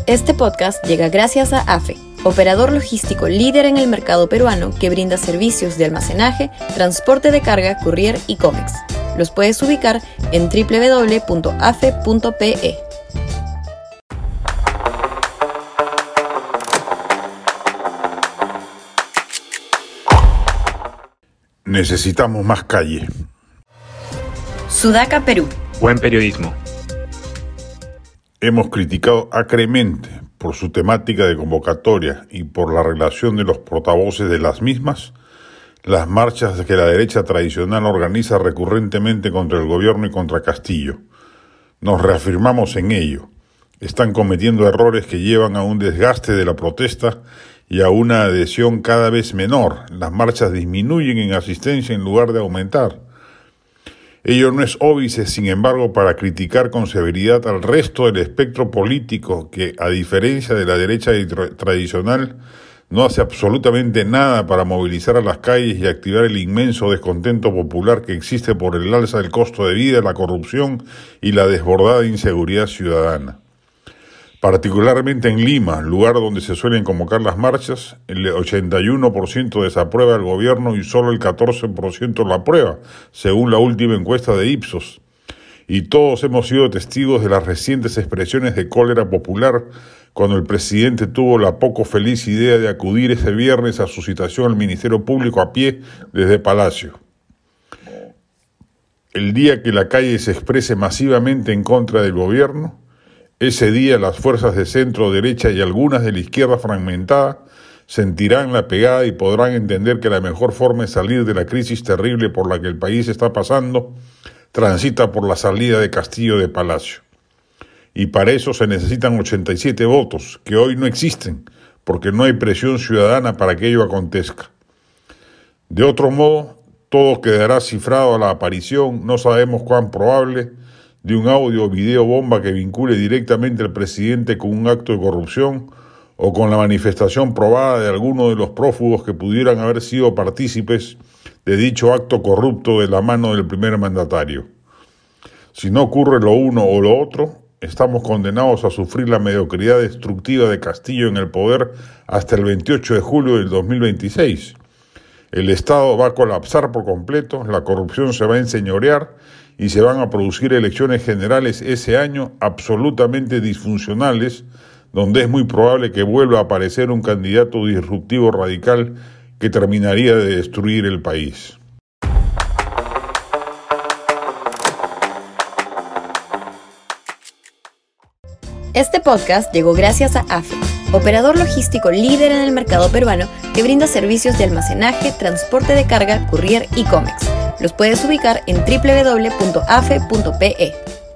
Este podcast llega gracias a AFE, operador logístico líder en el mercado peruano que brinda servicios de almacenaje, transporte de carga, courier y cómics. Los puedes ubicar en www.afe.pe. Necesitamos más calle. Sudaca, Perú. Buen periodismo. Hemos criticado acremente por su temática de convocatoria y por la relación de los portavoces de las mismas, las marchas que la derecha tradicional organiza recurrentemente contra el gobierno y contra Castillo. Nos reafirmamos en ello. Están cometiendo errores que llevan a un desgaste de la protesta y a una adhesión cada vez menor. Las marchas disminuyen en asistencia en lugar de aumentar. Ello no es óbice, sin embargo, para criticar con severidad al resto del espectro político que, a diferencia de la derecha tradicional, no hace absolutamente nada para movilizar a las calles y activar el inmenso descontento popular que existe por el alza del costo de vida, la corrupción y la desbordada inseguridad ciudadana. Particularmente en Lima, lugar donde se suelen convocar las marchas, el 81% desaprueba el gobierno y solo el 14% lo aprueba, según la última encuesta de Ipsos. Y todos hemos sido testigos de las recientes expresiones de cólera popular cuando el presidente tuvo la poco feliz idea de acudir ese viernes a su citación al Ministerio Público a pie desde Palacio. El día que la calle se exprese masivamente en contra del gobierno, ese día las fuerzas de centro derecha y algunas de la izquierda fragmentada sentirán la pegada y podrán entender que la mejor forma de salir de la crisis terrible por la que el país está pasando transita por la salida de Castillo de Palacio. Y para eso se necesitan 87 votos, que hoy no existen, porque no hay presión ciudadana para que ello acontezca. De otro modo, todo quedará cifrado a la aparición, no sabemos cuán probable, de un audio o video bomba que vincule directamente al presidente con un acto de corrupción o con la manifestación probada de alguno de los prófugos que pudieran haber sido partícipes de dicho acto corrupto de la mano del primer mandatario. Si no ocurre lo uno o lo otro, estamos condenados a sufrir la mediocridad destructiva de Castillo en el poder hasta el 28 de julio del 2026. El Estado va a colapsar por completo, la corrupción se va a enseñorear y se van a producir elecciones generales ese año absolutamente disfuncionales, donde es muy probable que vuelva a aparecer un candidato disruptivo radical que terminaría de destruir el país. Este podcast llegó gracias a AFE, operador logístico líder en el mercado peruano que brinda servicios de almacenaje, transporte de carga, courier y cómics. Los puedes ubicar en www.afe.pe.